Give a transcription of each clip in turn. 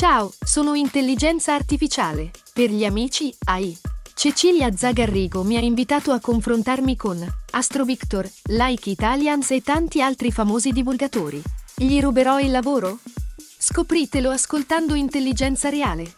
Ciao, sono intelligenza artificiale. Per gli amici, AI. Cecilia Zagarrigo mi ha invitato a confrontarmi con Astro Victor, Like Italians e tanti altri famosi divulgatori. Gli ruberò il lavoro? Scopritelo ascoltando Intelligenza Reale.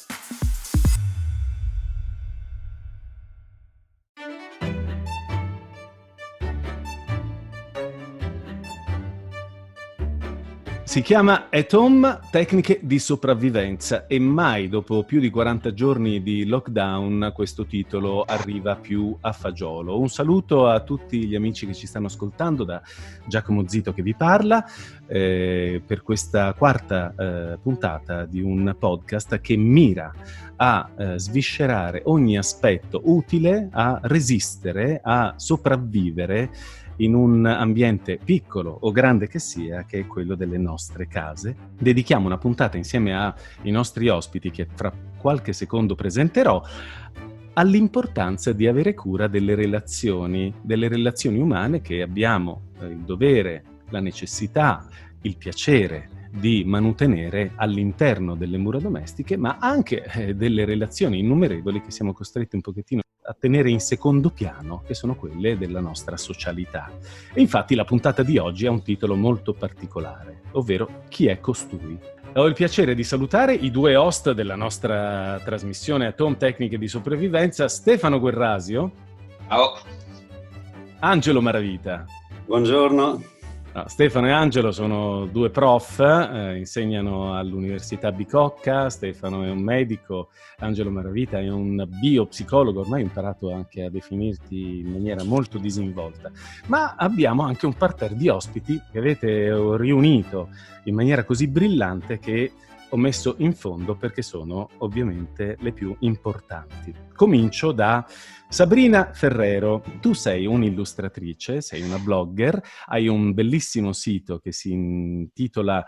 Si chiama At Home, tecniche di sopravvivenza, e mai dopo più di 40 giorni di lockdown questo titolo arriva più a fagiolo. Un saluto a tutti gli amici che ci stanno ascoltando, da Giacomo Zito che vi parla, per questa quarta puntata di un podcast che mira a sviscerare ogni aspetto utile a resistere, a sopravvivere in un ambiente piccolo o grande che sia, che è quello delle nostre case. Dedichiamo una puntata insieme ai nostri ospiti, che fra qualche secondo presenterò, all'importanza di avere cura delle relazioni umane che abbiamo il dovere, la necessità, il piacere di mantenere all'interno delle mura domestiche, ma anche delle relazioni innumerevoli che siamo costretti un pochettino a tenere in secondo piano, che sono quelle della nostra socialità. E infatti la puntata di oggi ha un titolo molto particolare, ovvero Chi è costui? Ho il piacere di salutare i due host della nostra trasmissione At Home, tecniche di sopravvivenza, Stefano Guerrasio. Ciao. Angelo Maravita. Buongiorno. Stefano e Angelo sono due prof, insegnano all'Università Bicocca. Stefano è un medico, Angelo Maravita è un biopsicologo, ormai ho imparato anche a definirti in maniera molto disinvolta. Ma abbiamo anche un parterre di ospiti che avete riunito in maniera così brillante che ho messo in fondo perché sono ovviamente le più importanti. Comincio da Sabrina Ferrero. Tu sei un'illustratrice, sei una blogger, hai un bellissimo sito che si intitola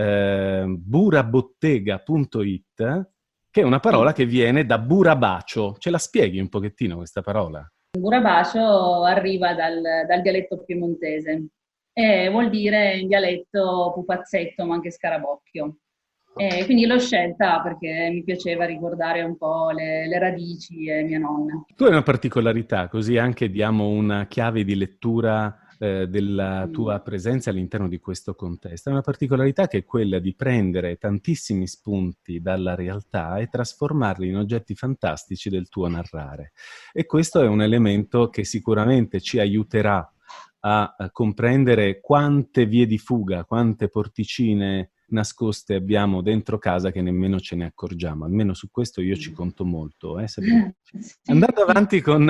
burabottega.it, che è una parola che viene da burabacio. Ce la spieghi un pochettino questa parola? Burabacio arriva dal dialetto piemontese e vuol dire in dialetto pupazzetto, ma anche scarabocchio. Quindi l'ho scelta perché mi piaceva ricordare un po' le radici e mia nonna. Tu hai una particolarità, così anche diamo una chiave di lettura della tua presenza all'interno di questo contesto. È una particolarità che è quella di prendere tantissimi spunti dalla realtà e trasformarli in oggetti fantastici del tuo narrare. E questo è un elemento che sicuramente ci aiuterà a comprendere quante vie di fuga, quante porticine nascoste abbiamo dentro casa che nemmeno ce ne accorgiamo. Almeno su questo io ci conto molto, Sabrina? Sì. Andando avanti con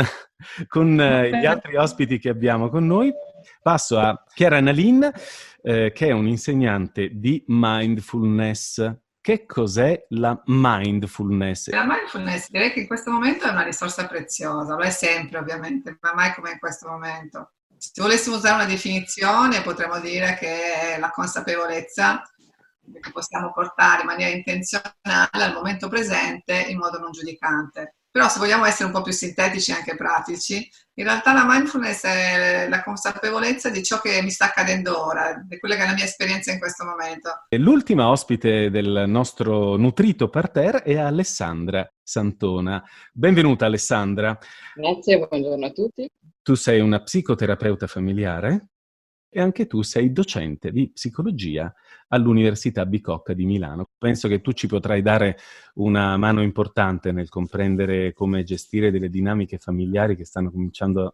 gli altri ospiti che abbiamo con noi, passo a Chiara Nalin, che è un'insegnante di mindfulness. Che cos'è la mindfulness? La mindfulness direi che in questo momento è una risorsa preziosa, lo è sempre ovviamente, ma mai come in questo momento. Se volessimo usare una definizione potremmo dire che è la consapevolezza che possiamo portare in maniera intenzionale al momento presente in modo non giudicante. Però se vogliamo essere un po' più sintetici e anche pratici, in realtà la mindfulness è la consapevolezza di ciò che mi sta accadendo ora, di quella che è la mia esperienza in questo momento. L'ultima ospite del nostro nutrito parterre è Alessandra Santona. Benvenuta Alessandra. Grazie, buongiorno a tutti. Tu sei una psicoterapeuta familiare e anche tu sei docente di psicologia all'Università Bicocca di Milano. Penso che tu ci potrai dare una mano importante nel comprendere come gestire delle dinamiche familiari che stanno cominciando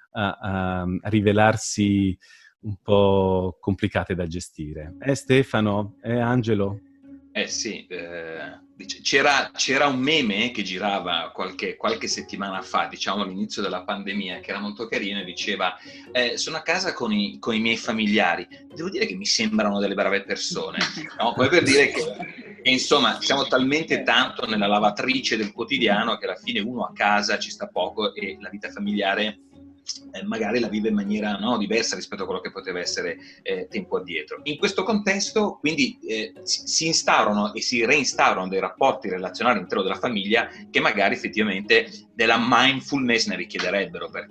a rivelarsi un po' complicate da gestire. Stefano? Angelo? Sì, c'era un meme che girava qualche settimana fa, diciamo all'inizio della pandemia, che era molto carino e diceva sono a casa con i miei familiari, devo dire che mi sembrano delle brave persone, no? Come per dire che insomma siamo talmente tanto nella lavatrice del quotidiano che alla fine uno a casa ci sta poco e la vita familiare magari la vive in maniera diversa rispetto a quello che poteva essere tempo addietro. In questo contesto quindi si instaurano e si reinstaurano dei rapporti relazionali all'interno della famiglia che magari effettivamente della mindfulness ne richiederebbero, perché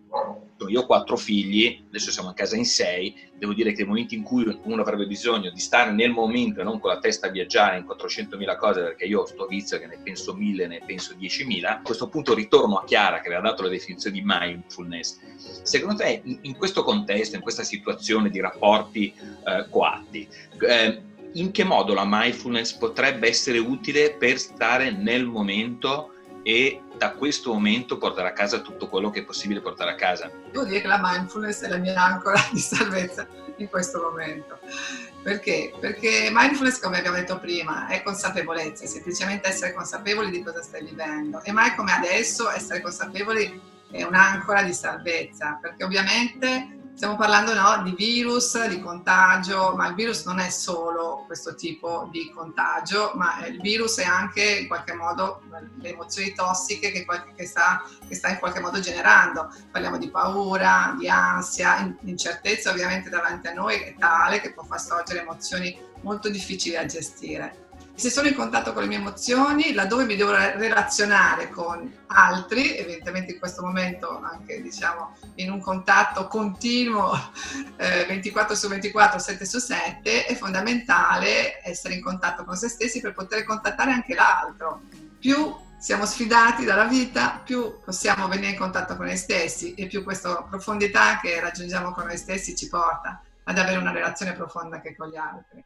Io ho 4 figli, adesso siamo a casa in 6, devo dire che nei momenti in cui uno avrebbe bisogno di stare nel momento e non con la testa a viaggiare in 400.000 cose, perché io ho sto vizio che ne penso 1000, ne penso 10.000, a questo punto ritorno a Chiara che aveva dato la definizione di mindfulness. Secondo te, in questo contesto, in questa situazione di rapporti coatti, in che modo la mindfulness potrebbe essere utile per stare nel momento e da questo momento portare a casa tutto quello che è possibile portare a casa? Devo dire che la mindfulness è la mia ancora di salvezza in questo momento. Perché? Perché mindfulness, come abbiamo detto prima, è consapevolezza, è semplicemente essere consapevoli di cosa stai vivendo. E mai come adesso essere consapevoli è un'ancora di salvezza, perché ovviamente stiamo parlando, no, di virus, di contagio, ma il virus non è solo questo tipo di contagio, ma il virus è anche in qualche modo le emozioni tossiche che sta in qualche modo generando. Parliamo di paura, di ansia, incertezza ovviamente davanti a noi è tale che può far sorgere emozioni molto difficili da gestire. Se sono in contatto con le mie emozioni, laddove mi devo relazionare con altri, evidentemente in questo momento anche diciamo in un contatto continuo 24 su 24, 7 su 7, è fondamentale essere in contatto con se stessi per poter contattare anche l'altro. Più siamo sfidati dalla vita, più possiamo venire in contatto con noi stessi e più questa profondità che raggiungiamo con noi stessi ci porta ad avere una relazione profonda anche con gli altri.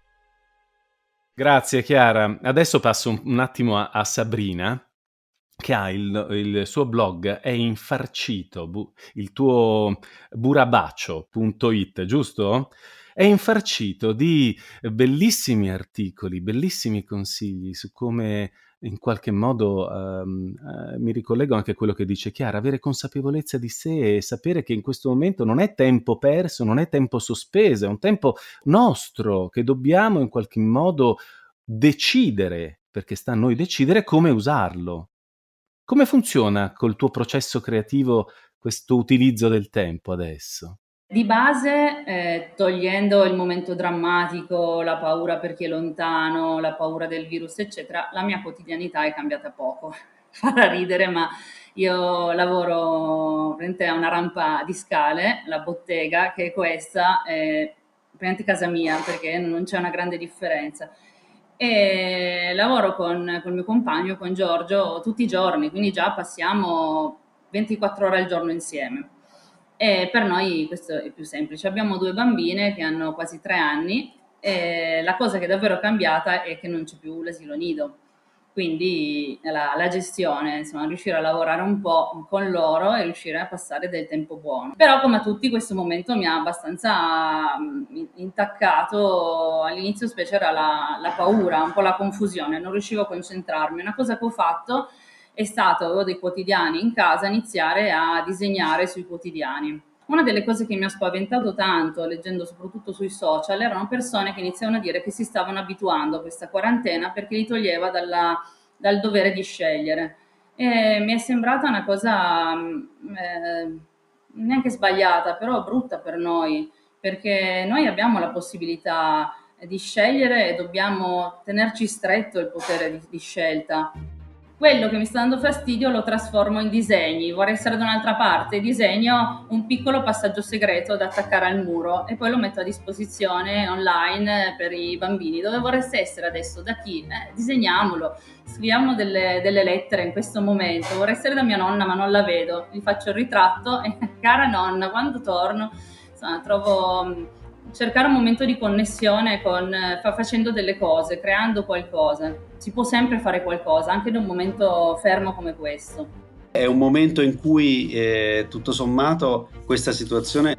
Grazie Chiara. Adesso passo un attimo a Sabrina, che ha il suo blog, è infarcito, il tuo burabaccio.it, giusto? È infarcito di bellissimi articoli, bellissimi consigli su come in qualche modo mi ricollego anche a quello che dice Chiara, avere consapevolezza di sé e sapere che in questo momento non è tempo perso, non è tempo sospeso, è un tempo nostro che dobbiamo in qualche modo decidere, perché sta a noi decidere come usarlo. Come funziona col tuo processo creativo questo utilizzo del tempo adesso? Di base, togliendo il momento drammatico, la paura per chi è lontano, la paura del virus, eccetera, la mia quotidianità è cambiata poco. Farà ridere, ma io lavoro praticamente a una rampa di scale, la bottega, che è questa, è praticamente casa mia, perché non c'è una grande differenza. E lavoro con il mio compagno, con Giorgio, tutti i giorni, quindi già passiamo 24 ore al giorno insieme. E per noi questo è più semplice. Abbiamo 2 bambine che hanno quasi 3 anni e la cosa che è davvero cambiata è che non c'è più l'asilo nido. Quindi la gestione, insomma, riuscire a lavorare un po' con loro e riuscire a passare del tempo buono. Però come a tutti questo momento mi ha abbastanza intaccato, all'inizio specie era la paura, un po' la confusione, non riuscivo a concentrarmi. Una cosa che ho fatto è stato, avevo dei quotidiani in casa, iniziare a disegnare sui quotidiani. Una delle cose che mi ha spaventato tanto, leggendo soprattutto sui social, erano persone che iniziavano a dire che si stavano abituando a questa quarantena perché li toglieva dal dovere di scegliere. E mi è sembrata una cosa neanche sbagliata, però brutta per noi, perché noi abbiamo la possibilità di scegliere e dobbiamo tenerci stretto il potere di scelta. Quello che mi sta dando fastidio lo trasformo in disegni, vorrei essere da un'altra parte, disegno un piccolo passaggio segreto da attaccare al muro e poi lo metto a disposizione online per i bambini. Dove vorreste essere adesso? Da chi? Disegniamolo, scriviamo delle lettere in questo momento. Vorrei essere da mia nonna ma non la vedo, gli faccio il ritratto e cara nonna, quando torno, insomma, trovo cercare un momento di connessione facendo delle cose, creando qualcosa. Si può sempre fare qualcosa, anche in un momento fermo come questo. È un momento in cui tutto sommato questa situazione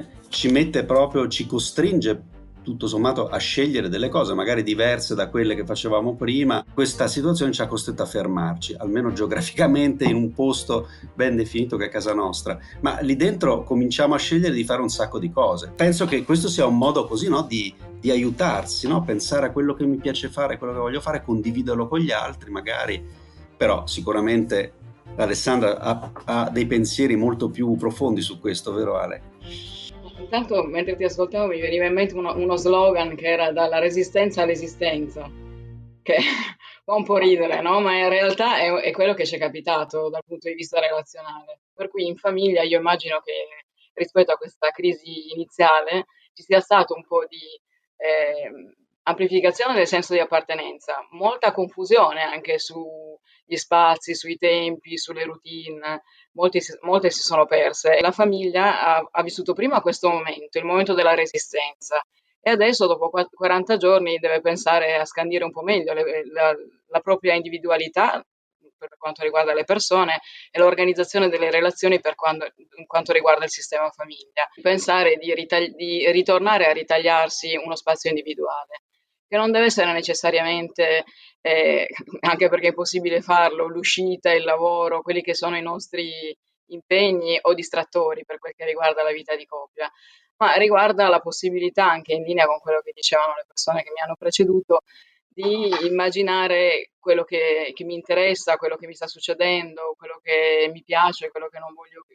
ci costringe tutto sommato a scegliere delle cose magari diverse da quelle che facevamo prima. Questa situazione ci ha costretto a fermarci, almeno geograficamente, in un posto ben definito che è casa nostra, ma lì dentro cominciamo a scegliere di fare un sacco di cose. Penso che questo sia un modo così, no, di aiutarsi, no? Pensare a quello che mi piace fare, quello che voglio fare, condividerlo con gli altri magari, però sicuramente Alessandra ha dei pensieri molto più profondi su questo, vero Ale? Intanto, mentre ti ascoltavo, mi veniva in mente uno slogan che era dalla resistenza all'esistenza, che fa un po' ridere, no? Ma in realtà è quello che ci è capitato dal punto di vista relazionale. Per cui in famiglia io immagino che rispetto a questa crisi iniziale ci sia stato un po' di amplificazione del senso di appartenenza, molta confusione anche sugli spazi, sui tempi, sulle routine, molte si sono perse. La famiglia ha vissuto prima questo momento, il momento della resistenza, e adesso dopo 40 giorni deve pensare a scandire un po' meglio la propria individualità per quanto riguarda le persone e l'organizzazione delle relazioni in quanto riguarda il sistema famiglia. Pensare di ritornare a ritagliarsi uno spazio individuale, che non deve essere necessariamente, anche perché è impossibile farlo, l'uscita, il lavoro, quelli che sono i nostri impegni o distrattori per quel che riguarda la vita di coppia, ma riguarda la possibilità, anche in linea con quello che dicevano le persone che mi hanno preceduto, di immaginare quello che mi interessa, quello che mi sta succedendo, quello che mi piace, quello che non voglio,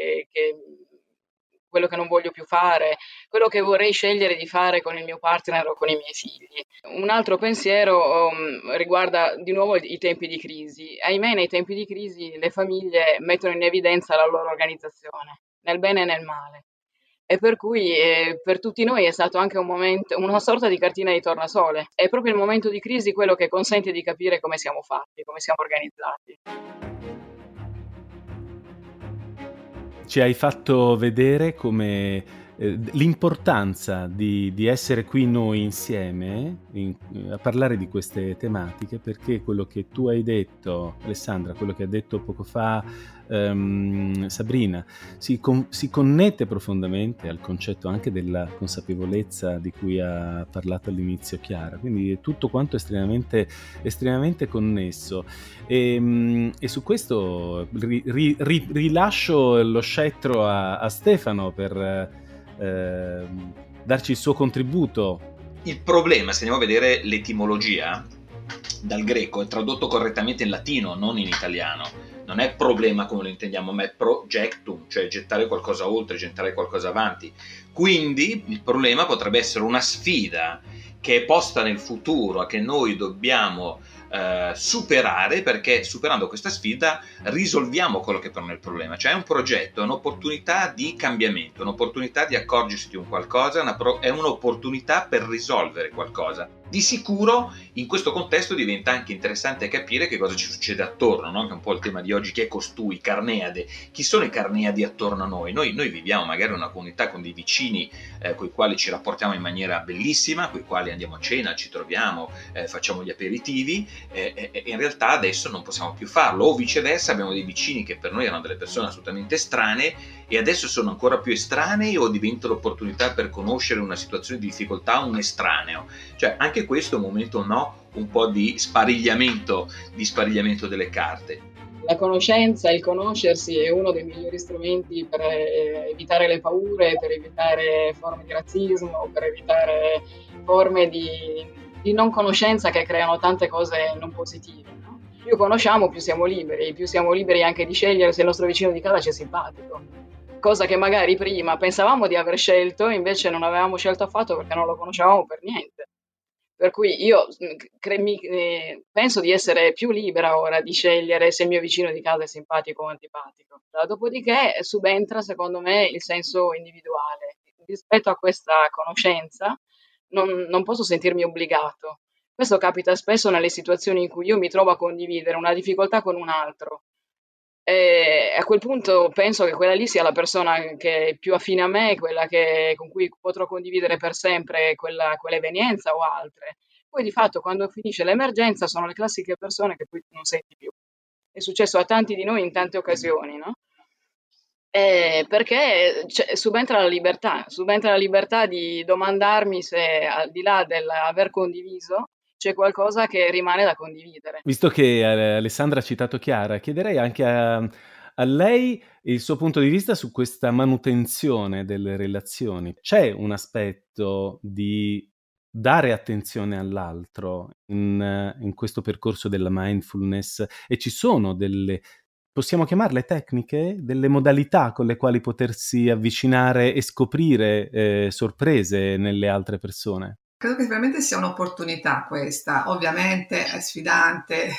quello che non voglio più fare, quello che vorrei scegliere di fare con il mio partner o con i miei figli. Un altro pensiero riguarda di nuovo i tempi di crisi. Ahimè, nei tempi di crisi le famiglie mettono in evidenza la loro organizzazione, nel bene e nel male. E per cui per tutti noi è stato anche un momento, una sorta di cartina di tornasole. È proprio il momento di crisi quello che consente di capire come siamo fatti, come siamo organizzati. Ci hai fatto vedere come l'importanza di essere qui noi insieme a parlare di queste tematiche, perché quello che tu hai detto, Alessandra, quello che ha detto poco fa Sabrina, si connette profondamente al concetto anche della consapevolezza di cui ha parlato all'inizio Chiara, quindi è tutto quanto estremamente connesso, e su questo rilascio lo scettro a Stefano per darci il suo contributo. Il problema, se andiamo a vedere l'etimologia, dal greco è tradotto correttamente in latino, non in italiano. Non è problema come lo intendiamo, ma è projectum, cioè gettare qualcosa oltre, gettare qualcosa avanti. Quindi il problema potrebbe essere una sfida che è posta nel futuro, che noi dobbiamo superare, perché superando questa sfida risolviamo quello che però è il problema. Cioè è un progetto, è un'opportunità di cambiamento, un'opportunità di accorgersi di un qualcosa, è un'opportunità per risolvere qualcosa. Di sicuro in questo contesto diventa anche interessante capire che cosa ci succede attorno, no? Anche un po' il tema di oggi, che è costui, Carneade. Chi sono i Carneadi attorno a noi? Noi viviamo magari in una comunità con dei vicini con i quali ci rapportiamo in maniera bellissima, con i quali andiamo a cena, ci troviamo, facciamo gli aperitivi, e in realtà adesso non possiamo più farlo, o viceversa abbiamo dei vicini che per noi erano delle persone assolutamente estranee e adesso sono ancora più estranei o diventa l'opportunità per conoscere una situazione di difficoltà un estraneo. Cioè anche questo è un momento, no, un po' di sparigliamento delle carte. La conoscenza, il conoscersi è uno dei migliori strumenti per evitare le paure, per evitare forme di razzismo, per evitare forme di non conoscenza che creano tante cose non positive, no? Più conosciamo, più siamo liberi anche di scegliere se il nostro vicino di casa ci è simpatico, cosa che magari prima pensavamo di aver scelto, invece non avevamo scelto affatto perché non lo conoscevamo per niente. Per cui io penso di essere più libera ora di scegliere se il mio vicino di casa è simpatico o antipatico. Dopodiché subentra, secondo me, il senso individuale. Rispetto a questa conoscenza non posso sentirmi obbligato. Questo capita spesso nelle situazioni in cui io mi trovo a condividere una difficoltà con un altro. E a quel punto penso che quella lì sia la persona che è più affine a me, quella con cui potrò condividere per sempre quell'evenienza o altre. Poi di fatto quando finisce l'emergenza sono le classiche persone che poi non senti più. È successo a tanti di noi in tante occasioni, no? Perché subentra la libertà di domandarmi se al di là dell'aver condiviso c'è qualcosa che rimane da condividere. Visto che Alessandra ha citato Chiara, chiederei anche a lei il suo punto di vista su questa manutenzione delle relazioni. C'è un aspetto di dare attenzione all'altro in questo percorso della mindfulness, e ci sono delle, possiamo chiamarle tecniche, delle modalità con le quali potersi avvicinare e scoprire sorprese nelle altre persone? Credo che veramente sia un'opportunità questa, ovviamente è sfidante,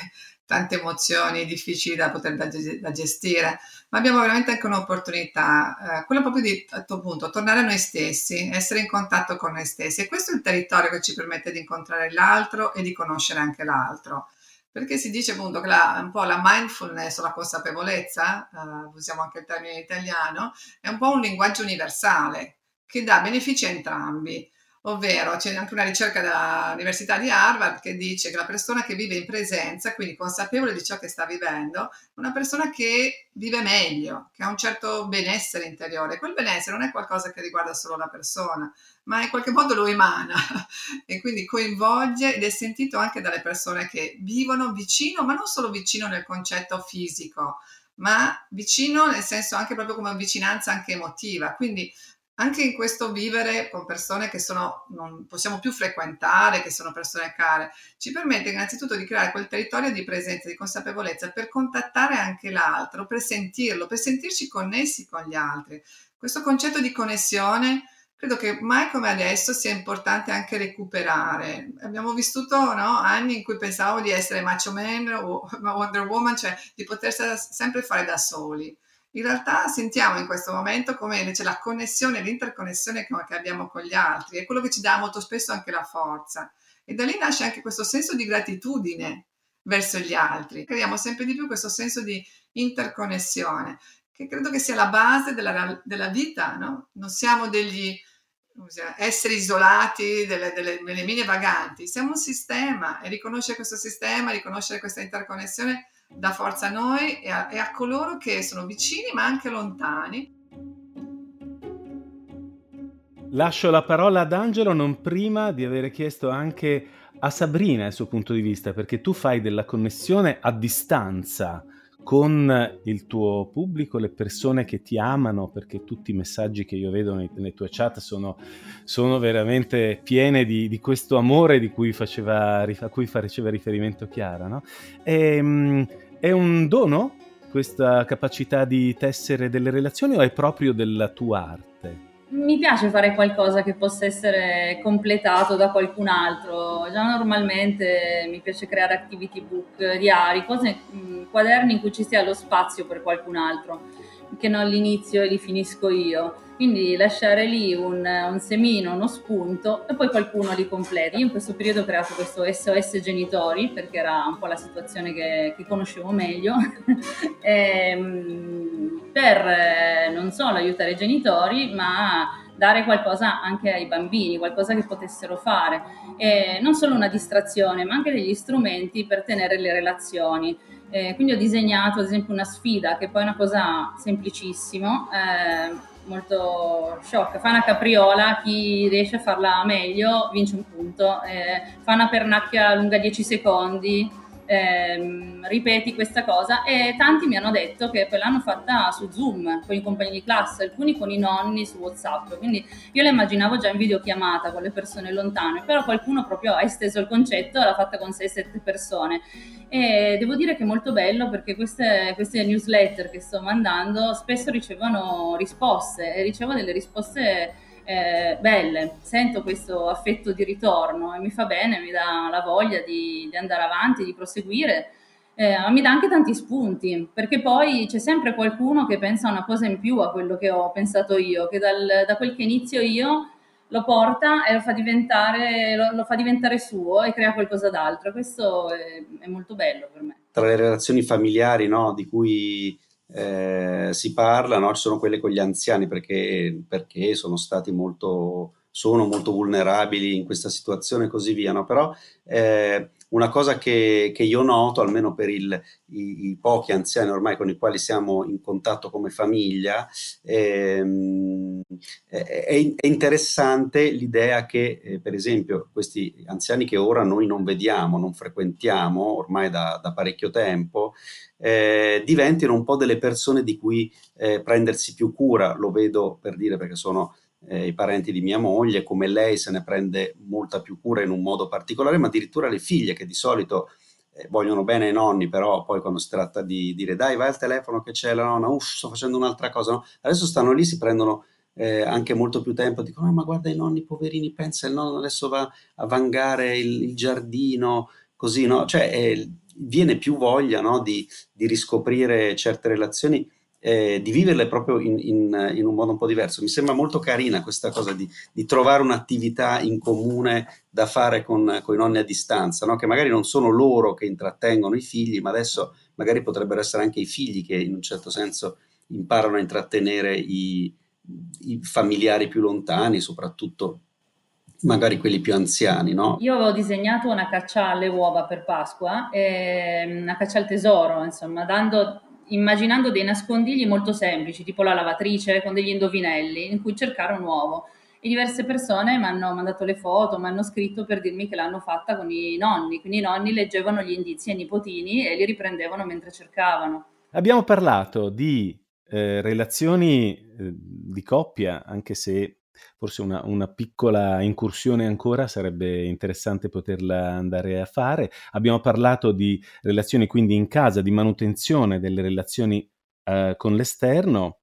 tante emozioni difficili da da gestire, ma abbiamo veramente anche un'opportunità, quella proprio di, appunto, tornare a noi stessi, essere in contatto con noi stessi. E questo è il territorio che ci permette di incontrare l'altro e di conoscere anche l'altro. Perché si dice appunto che un po' la mindfulness o la consapevolezza, usiamo anche il termine in italiano, è un po' un linguaggio universale che dà benefici a entrambi. Ovvero c'è anche una ricerca dell'Università di Harvard che dice che la persona che vive in presenza, quindi consapevole di ciò che sta vivendo, è una persona che vive meglio, che ha un certo benessere interiore. Quel benessere non è qualcosa che riguarda solo la persona, ma in qualche modo lo emana e quindi coinvolge ed è sentito anche dalle persone che vivono vicino, ma non solo vicino nel concetto fisico, ma vicino nel senso anche proprio come vicinanza anche emotiva. Quindi anche in questo vivere con persone che non possiamo più frequentare, che sono persone care, ci permette innanzitutto di creare quel territorio di presenza, di consapevolezza per contattare anche l'altro, per sentirlo, per sentirci connessi con gli altri. Questo concetto di connessione credo che mai come adesso sia importante anche recuperare. Abbiamo vissuto, no, anni in cui pensavo di essere Macho Man o Wonder Woman, cioè di poter sempre fare da soli. In realtà sentiamo in questo momento come c'è la connessione, l'interconnessione che abbiamo con gli altri, è quello che ci dà molto spesso anche la forza. E da lì nasce anche questo senso di gratitudine verso gli altri. Creiamo sempre di più questo senso di interconnessione, che credo che sia la base della vita, no? Non siamo degli esseri isolati, delle mine vaganti, siamo un sistema e riconoscere questo sistema, riconoscere questa interconnessione dà forza a noi e a coloro che sono vicini ma anche lontani. Lascio la parola ad Angelo, non prima di avere chiesto anche a Sabrina il suo punto di vista, perché tu fai della connessione a distanza con il tuo pubblico, le persone che ti amano, perché tutti i messaggi che io vedo nelle tue chat sono veramente piene di questo amore a cui faceva riferimento Chiara, no? È un dono questa capacità di tessere delle relazioni o è proprio della tua arte? Mi piace fare qualcosa che possa essere completato da qualcun altro. Già normalmente mi piace creare activity book, diari, quaderni in cui ci sia lo spazio per qualcun altro, che non l'inizio e li finisco io. Quindi lasciare lì un semino, uno spunto e poi qualcuno li completa. Io in questo periodo ho creato questo SOS Genitori perché era un po' la situazione che conoscevo meglio per non solo aiutare i genitori ma dare qualcosa anche ai bambini, qualcosa che potessero fare, e non solo una distrazione ma anche degli strumenti per tenere le relazioni. Quindi ho disegnato ad esempio una sfida che poi è una cosa semplicissima, molto shock. Fa una capriola, chi riesce a farla meglio vince un punto, fa una pernacchia lunga 10 secondi, ripeti questa cosa, e tanti mi hanno detto che poi l'hanno fatta su Zoom con i compagni di classe, alcuni con i nonni su WhatsApp, quindi io la immaginavo già in videochiamata con le persone lontane, però qualcuno proprio ha esteso il concetto e l'ha fatta con 6-7 persone. E devo dire che è molto bello perché queste newsletter che sto mandando spesso ricevono risposte e ricevo delle risposte belle, sento questo affetto di ritorno e mi fa bene, mi dà la voglia di andare avanti, di proseguire, mi dà anche tanti spunti perché poi c'è sempre qualcuno che pensa una cosa in più a quello che ho pensato io, che da quel che inizio io lo porta e lo fa diventare suo e crea qualcosa d'altro. Questo è molto bello per me. Tra le relazioni familiari, no, di cui si parla, no, ci sono quelle con gli anziani perché sono molto vulnerabili in questa situazione e così via, no? Però una cosa che io noto, almeno per i pochi anziani ormai con i quali siamo in contatto come famiglia, è interessante l'idea che, per esempio, questi anziani che ora noi non vediamo, non frequentiamo ormai da parecchio tempo, diventino un po' delle persone di cui prendersi più cura. Lo vedo, per dire, perché sono i parenti di mia moglie, come lei se ne prende molta più cura in un modo particolare, ma addirittura le figlie che di solito vogliono bene ai nonni, però poi quando si tratta di dire dai vai al telefono che c'è la nonna, sto facendo un'altra cosa, no? Adesso stanno lì, si prendono anche molto più tempo, dicono ma guarda i nonni poverini, pensa il nonno adesso va a vangare il giardino, così, no? Cioè viene più voglia, no, di riscoprire certe relazioni, di viverle proprio in un modo un po' diverso. Mi sembra molto carina questa cosa di trovare un'attività in comune da fare con i nonni a distanza, no? Che magari non sono loro che intrattengono i figli, ma adesso magari potrebbero essere anche i figli che in un certo senso imparano a intrattenere i familiari più lontani, soprattutto magari quelli più anziani, no? Io avevo disegnato una caccia alle uova per Pasqua, una caccia al tesoro, insomma, immaginando dei nascondigli molto semplici, tipo la lavatrice con degli indovinelli, in cui cercare un uovo. E diverse persone mi hanno mandato le foto, mi hanno scritto per dirmi che l'hanno fatta con i nonni, quindi i nonni leggevano gli indizi ai nipotini e li riprendevano mentre cercavano. Abbiamo parlato di relazioni di coppia, anche se forse una piccola incursione ancora sarebbe interessante poterla andare a fare. Abbiamo parlato di relazioni quindi in casa, di manutenzione delle relazioni con l'esterno,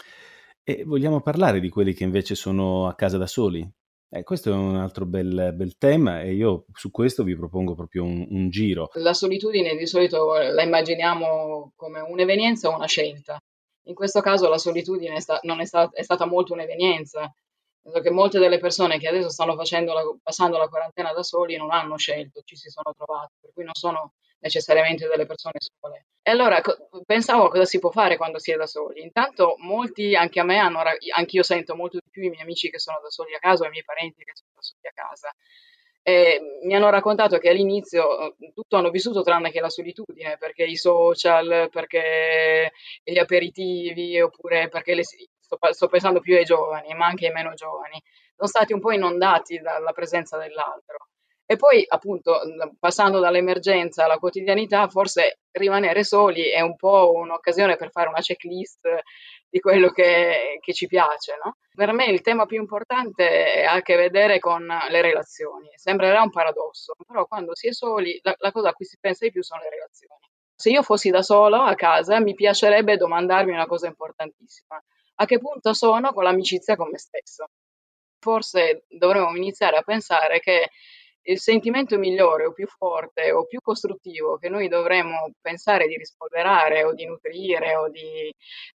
e vogliamo parlare di quelli che invece sono a casa da soli. Questo è un altro bel tema, e io su questo vi propongo proprio un giro. La solitudine di solito la immaginiamo come un'evenienza o una scelta. In questo caso la solitudine non è stata molto un'evenienza. Penso che molte delle persone che adesso stanno passando la quarantena da soli non hanno scelto, ci si sono trovati, per cui non sono necessariamente delle persone sole. E allora pensavo a cosa si può fare quando si è da soli. Intanto molti, anche a me, anch'io sento molto di più i miei amici che sono da soli a casa o i miei parenti che sono da soli a casa. E mi hanno raccontato che all'inizio tutto hanno vissuto tranne che la solitudine, perché i social, perché gli aperitivi, oppure perché sto pensando più ai giovani, ma anche ai meno giovani, sono stati un po' inondati dalla presenza dell'altro. E poi, appunto, passando dall'emergenza alla quotidianità, forse rimanere soli è un po' un'occasione per fare una checklist di quello che ci piace, no? Per me il tema più importante ha a che vedere con le relazioni. Sembrerà un paradosso, però quando si è soli, la cosa a cui si pensa di più sono le relazioni. Se io fossi da solo a casa, mi piacerebbe domandarmi una cosa importantissima: a che punto sono con l'amicizia con me stesso? Forse dovremmo iniziare a pensare che il sentimento migliore o più forte o più costruttivo che noi dovremmo pensare di rispolverare o di nutrire o di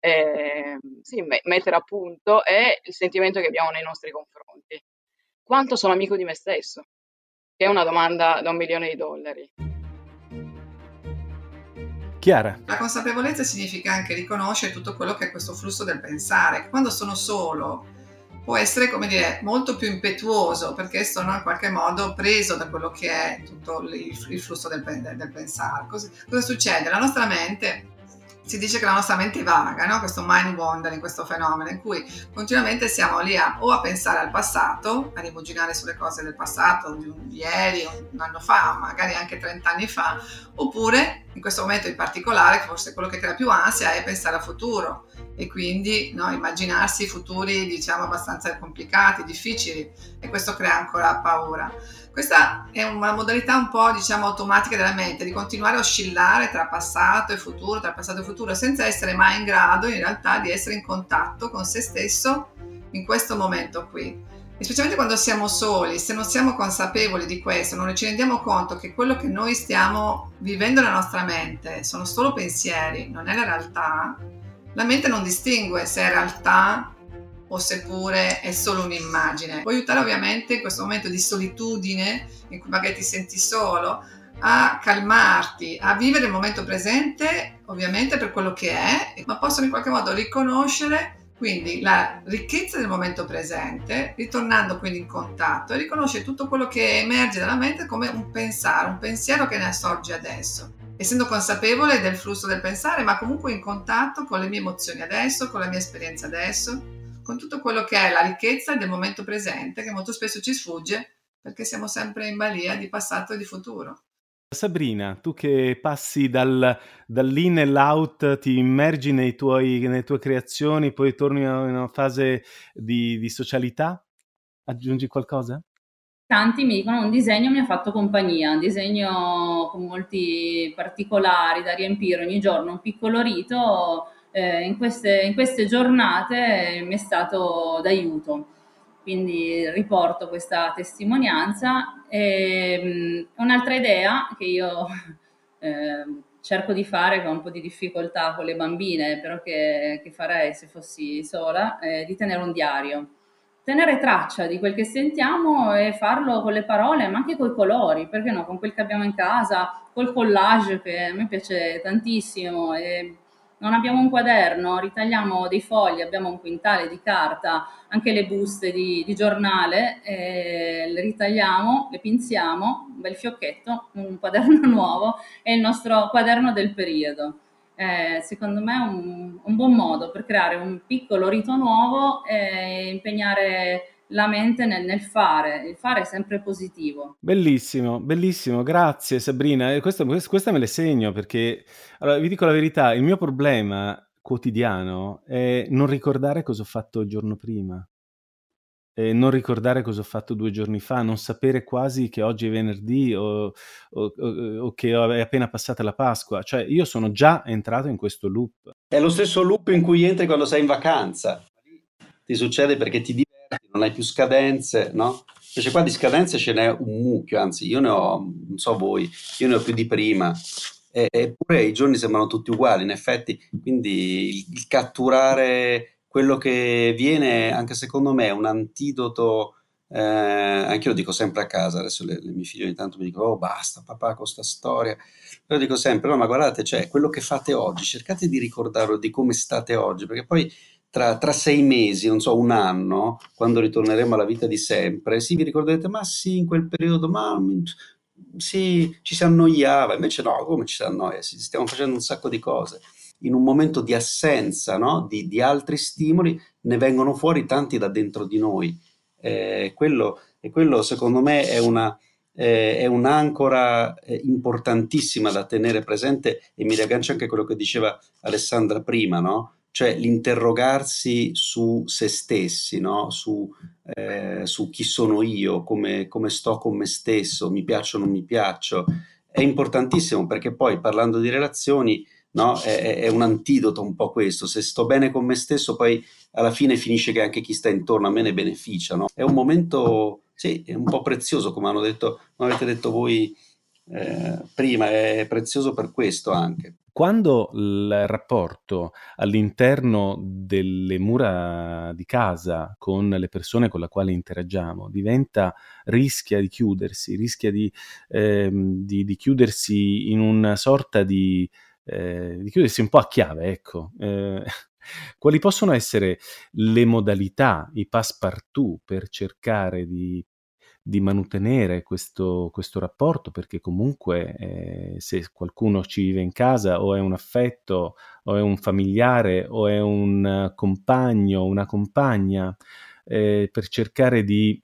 sì, mettere a punto è il sentimento che abbiamo nei nostri confronti. Quanto sono amico di me stesso? Che è una domanda da $1.000.000. Chiara. La consapevolezza significa anche riconoscere tutto quello che è questo flusso del pensare. Quando sono solo può essere, come dire, molto più impetuoso, perché sono in qualche modo preso da quello che è tutto il flusso del pensare. Cosa succede? La nostra mente, si dice che la nostra mente è vaga, no? Questo mind wandering, questo fenomeno in cui continuamente siamo lì o a pensare al passato, a rimuginare sulle cose del passato, di ieri, un anno fa, magari anche 30 anni fa, oppure in questo momento in particolare, forse quello che crea più ansia è pensare al futuro, e quindi, no, immaginarsi futuri, diciamo, abbastanza complicati, difficili, e questo crea ancora paura. Questa è una modalità un po', diciamo, automatica della mente, di continuare a oscillare tra passato e futuro, senza essere mai in grado in realtà di essere in contatto con se stesso in questo momento qui. E specialmente quando siamo soli, se non siamo consapevoli di questo, non ci rendiamo conto che quello che noi stiamo vivendo nella nostra mente sono solo pensieri, non è la realtà, la mente non distingue se è realtà o seppure è solo un'immagine. Può aiutare ovviamente in questo momento di solitudine, in cui magari ti senti solo, a calmarti, a vivere il momento presente, ovviamente per quello che è, ma possono in qualche modo riconoscere quindi la ricchezza del momento presente, ritornando quindi in contatto, e riconoscere tutto quello che emerge dalla mente come un pensiero che ne assorge adesso, essendo consapevole del flusso del pensare, ma comunque in contatto con le mie emozioni adesso, con la mia esperienza adesso, con tutto quello che è la ricchezza del momento presente, che molto spesso ci sfugge perché siamo sempre in balia di passato e di futuro. Sabrina, tu che passi dall'in e l'out, ti immergi nelle tue creazioni, poi torni in una fase di socialità, aggiungi qualcosa? Tanti mi dicono un disegno mi ha fatto compagnia, un disegno con molti particolari da riempire ogni giorno, un piccolo rito, in queste giornate mi è stato d'aiuto. Quindi riporto questa testimonianza. Un'altra idea che io cerco di fare con un po' di difficoltà con le bambine, però che farei se fossi sola, di tenere un diario. Tenere traccia di quel che sentiamo e farlo con le parole, ma anche coi colori, perché no? Con quel che abbiamo in casa, col collage che a me piace tantissimo. E non abbiamo un quaderno, ritagliamo dei fogli, abbiamo un quintale di carta, anche le buste di giornale, le ritagliamo, le pinziamo, un bel fiocchetto, un quaderno nuovo e il nostro quaderno del periodo. Secondo me è un buon modo per creare un piccolo rito nuovo e impegnare la mente nel fare. Il fare è sempre positivo. Bellissimo, bellissimo, grazie Sabrina. Questa me le segno perché, allora, vi dico la verità, il mio problema quotidiano è non ricordare cosa ho fatto il giorno prima. Non ricordare cosa ho fatto 2 giorni fa, non sapere quasi che oggi è venerdì o che è appena passata la Pasqua. Cioè, io sono già entrato in questo loop. È lo stesso loop in cui entri quando sei in vacanza. Ti succede perché ti diverti, non hai più scadenze, no? Invece qua di scadenze ce n'è un mucchio, anzi io ne ho, non so voi, io ne ho più di prima. Eppure i giorni sembrano tutti uguali, in effetti. Quindi il catturare quello che viene, anche secondo me, è un antidoto. Anche io lo dico sempre a casa, adesso le mie figlie ogni tanto mi dicono: oh basta papà con sta storia, però dico sempre: no, ma guardate, cioè, quello che fate oggi, cercate di ricordarlo di come state oggi, perché poi tra 6 mesi, non so, un anno, quando ritorneremo alla vita di sempre, sì, vi ricorderete: ma sì, in quel periodo, ma sì, ci si annoiava. Invece no, come ci si annoia? Stiamo facendo un sacco di cose. In un momento di assenza, no? di altri stimoli, ne vengono fuori tanti da dentro di noi. Quello secondo me è un'ancora importantissima da tenere presente, e mi riaggancio anche a quello che diceva Alessandra prima, no? Cioè l'interrogarsi su se stessi, no? Su chi sono io, come sto con me stesso, mi piaccio o non mi piaccio, è importantissimo, perché poi parlando di relazioni, no? È un antidoto un po' questo: se sto bene con me stesso, poi alla fine finisce che anche chi sta intorno a me ne beneficia, no? È un momento, sì, è un po' prezioso, come avete detto voi prima, è prezioso per questo anche. Quando il rapporto all'interno delle mura di casa con le persone con le quali interagiamo rischia di chiudersi, rischia di chiudersi in una sorta di chiudersi un po' a chiave, ecco. Quali possono essere le modalità, i passepartout per cercare di mantenere questo rapporto? Perché comunque se qualcuno ci vive in casa, o è un affetto, o è un familiare, o è un compagno, una compagna, per cercare di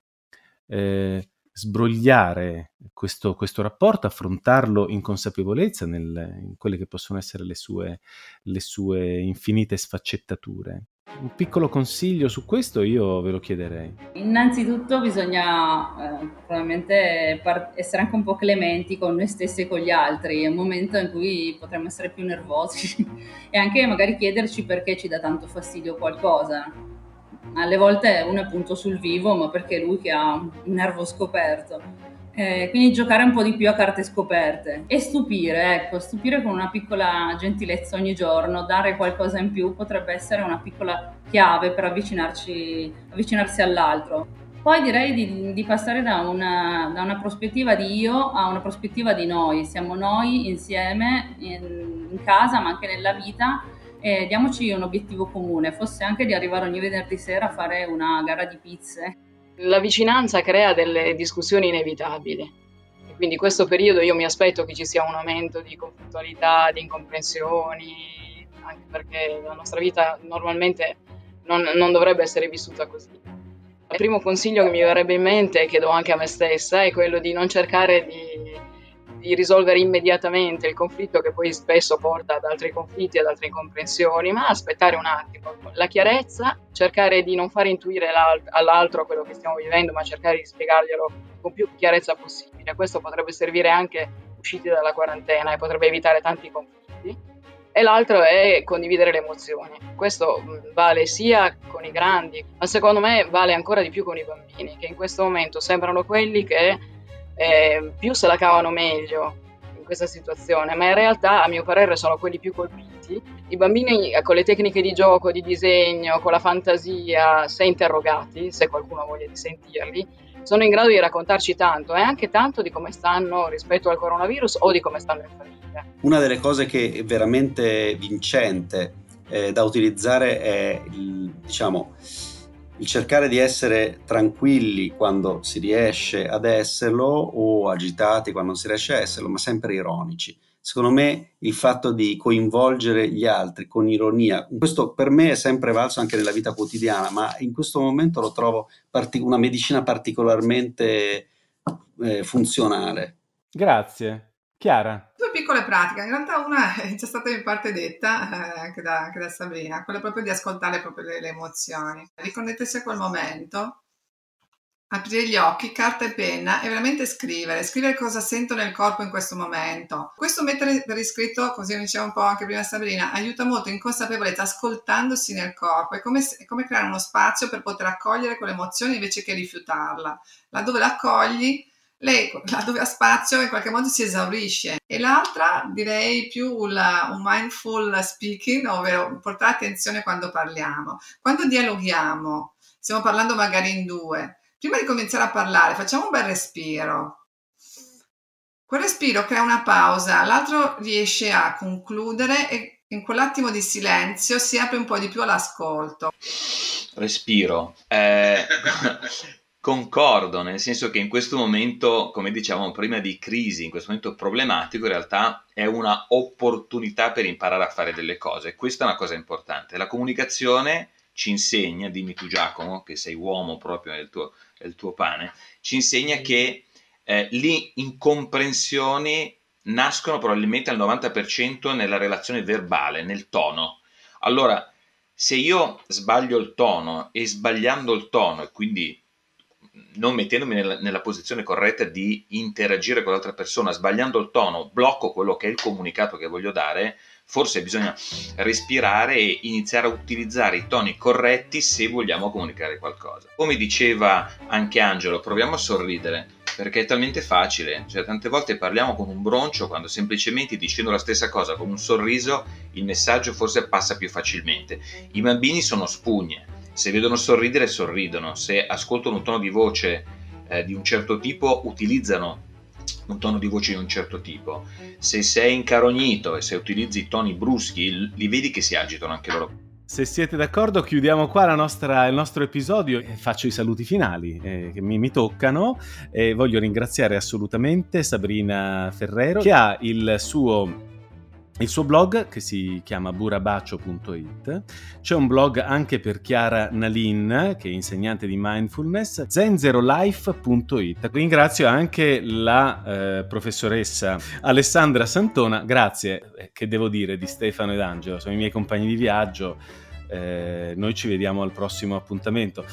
sbrogliare questo rapporto, affrontarlo in consapevolezza in quelle che possono essere le sue infinite sfaccettature. Un piccolo consiglio su questo io ve lo chiederei. Innanzitutto bisogna probabilmente essere anche un po' clementi con noi stessi e con gli altri. È un momento in cui potremmo essere più nervosi e anche magari chiederci perché ci dà tanto fastidio qualcosa. Alle volte uno è punto sul vivo, ma perché è lui che ha un nervo scoperto. Quindi giocare un po' di più a carte scoperte e stupire con una piccola gentilezza ogni giorno, dare qualcosa in più potrebbe essere una piccola chiave per avvicinarsi all'altro. Poi direi di passare da una prospettiva di io a una prospettiva di noi. Siamo noi insieme in casa, ma anche nella vita, e diamoci un obiettivo comune, forse anche di arrivare ogni venerdì sera a fare una gara di pizze. La vicinanza crea delle discussioni inevitabili, e quindi in questo periodo io mi aspetto che ci sia un aumento di conflittualità, di incomprensioni, anche perché la nostra vita normalmente non dovrebbe essere vissuta così. Il primo consiglio che mi verrebbe in mente, che do anche a me stessa, è quello di non cercare di risolvere immediatamente il conflitto, che poi spesso porta ad altri conflitti, ad altre incomprensioni, ma aspettare un attimo. La chiarezza, cercare di non fare intuire all'altro quello che stiamo vivendo, ma cercare di spiegarglielo con più chiarezza possibile. Questo potrebbe servire anche usciti dalla quarantena e potrebbe evitare tanti conflitti. E l'altro è condividere le emozioni. Questo vale sia con i grandi, ma secondo me vale ancora di più con i bambini, che in questo momento sembrano quelli che più se la cavano meglio questa situazione, ma in realtà a mio parere sono quelli più colpiti. I bambini con le tecniche di gioco, di disegno, con la fantasia, se interrogati, se qualcuno ha voglia di sentirli, sono in grado di raccontarci tanto e anche tanto di come stanno rispetto al coronavirus o di come stanno in famiglia. Una delle cose che è veramente vincente da utilizzare è il cercare di essere tranquilli quando si riesce ad esserlo o agitati quando non si riesce a esserlo, ma sempre ironici. Secondo me il fatto di coinvolgere gli altri con ironia, questo per me è sempre valso anche nella vita quotidiana, ma in questo momento lo trovo una medicina particolarmente funzionale. Grazie. Chiara? 2 piccole pratiche, in realtà una è già stata in parte detta anche da Sabrina, quella proprio di ascoltare proprio le emozioni, riconnettersi a quel momento, aprire gli occhi, carta e penna e veramente scrivere cosa sento nel corpo in questo momento. Questo mettere per iscritto, così diceva un po' anche prima Sabrina, aiuta molto in consapevolezza, ascoltandosi nel corpo, è come creare uno spazio per poter accogliere quell'emozione invece che rifiutarla. Laddove la accogli, lei, laddove ha spazio, in qualche modo si esaurisce. E l'altra, direi più un mindful speaking, ovvero portare attenzione quando parliamo. Quando dialoghiamo, stiamo parlando magari in 2, prima di cominciare a parlare, facciamo un bel respiro. Quel respiro crea una pausa, l'altro riesce a concludere e in quell'attimo di silenzio si apre un po' di più all'ascolto. Respiro. Concordo, nel senso che in questo momento, come dicevamo prima, di crisi, in questo momento problematico, in realtà è una opportunità per imparare a fare delle cose. Questa è una cosa importante. La comunicazione ci insegna, dimmi tu Giacomo, che sei uomo proprio, è il tuo pane, ci insegna che le incomprensioni nascono probabilmente al 90% nella relazione verbale, nel tono. Allora, se io sbaglio il tono e sbagliando il tono, e quindi non mettendomi nella posizione corretta di interagire con l'altra persona, sbagliando il tono, blocco quello che è il comunicato che voglio dare, forse bisogna respirare e iniziare a utilizzare i toni corretti se vogliamo comunicare qualcosa. Come diceva anche Angelo, proviamo a sorridere, perché è talmente facile, cioè tante volte parliamo con un broncio quando semplicemente dicendo la stessa cosa con un sorriso il messaggio forse passa più facilmente. I bambini sono spugne. Se vedono sorridere, sorridono. Se ascoltano un tono di voce di un certo tipo, utilizzano un tono di voce di un certo tipo. Se sei incarognito e se utilizzi toni bruschi, li vedi che si agitano anche loro. Se siete d'accordo, chiudiamo qua il nostro episodio e faccio i saluti finali che mi toccano. Voglio ringraziare assolutamente Sabrina Ferrero, che ha il suo blog che si chiama burabaccio.it. C'è un blog anche per Chiara Nalin, che è insegnante di mindfulness, zenzerolife.it. Ringrazio anche la professoressa Alessandra Santona, grazie, che devo dire, di Stefano ed Angelo, sono i miei compagni di viaggio. Noi ci vediamo al prossimo appuntamento.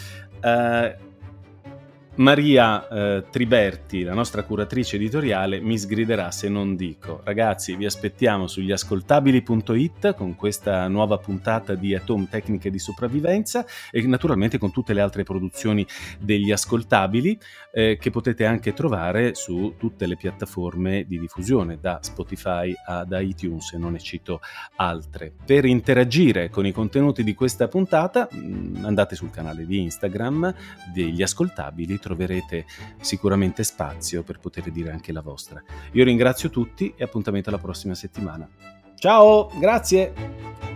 Maria Triberti, la nostra curatrice editoriale, mi sgriderà se non dico. Ragazzi, vi aspettiamo sugli ascoltabili.it con questa nuova puntata di At Home Tecniche di sopravvivenza e naturalmente con tutte le altre produzioni degli ascoltabili che potete anche trovare su tutte le piattaforme di diffusione, da Spotify ad iTunes, e non ne cito altre. Per interagire con i contenuti di questa puntata andate sul canale di Instagram degli ascoltabili, troverete sicuramente spazio per poter dire anche la vostra. Io ringrazio tutti e appuntamento alla prossima settimana. Ciao, grazie!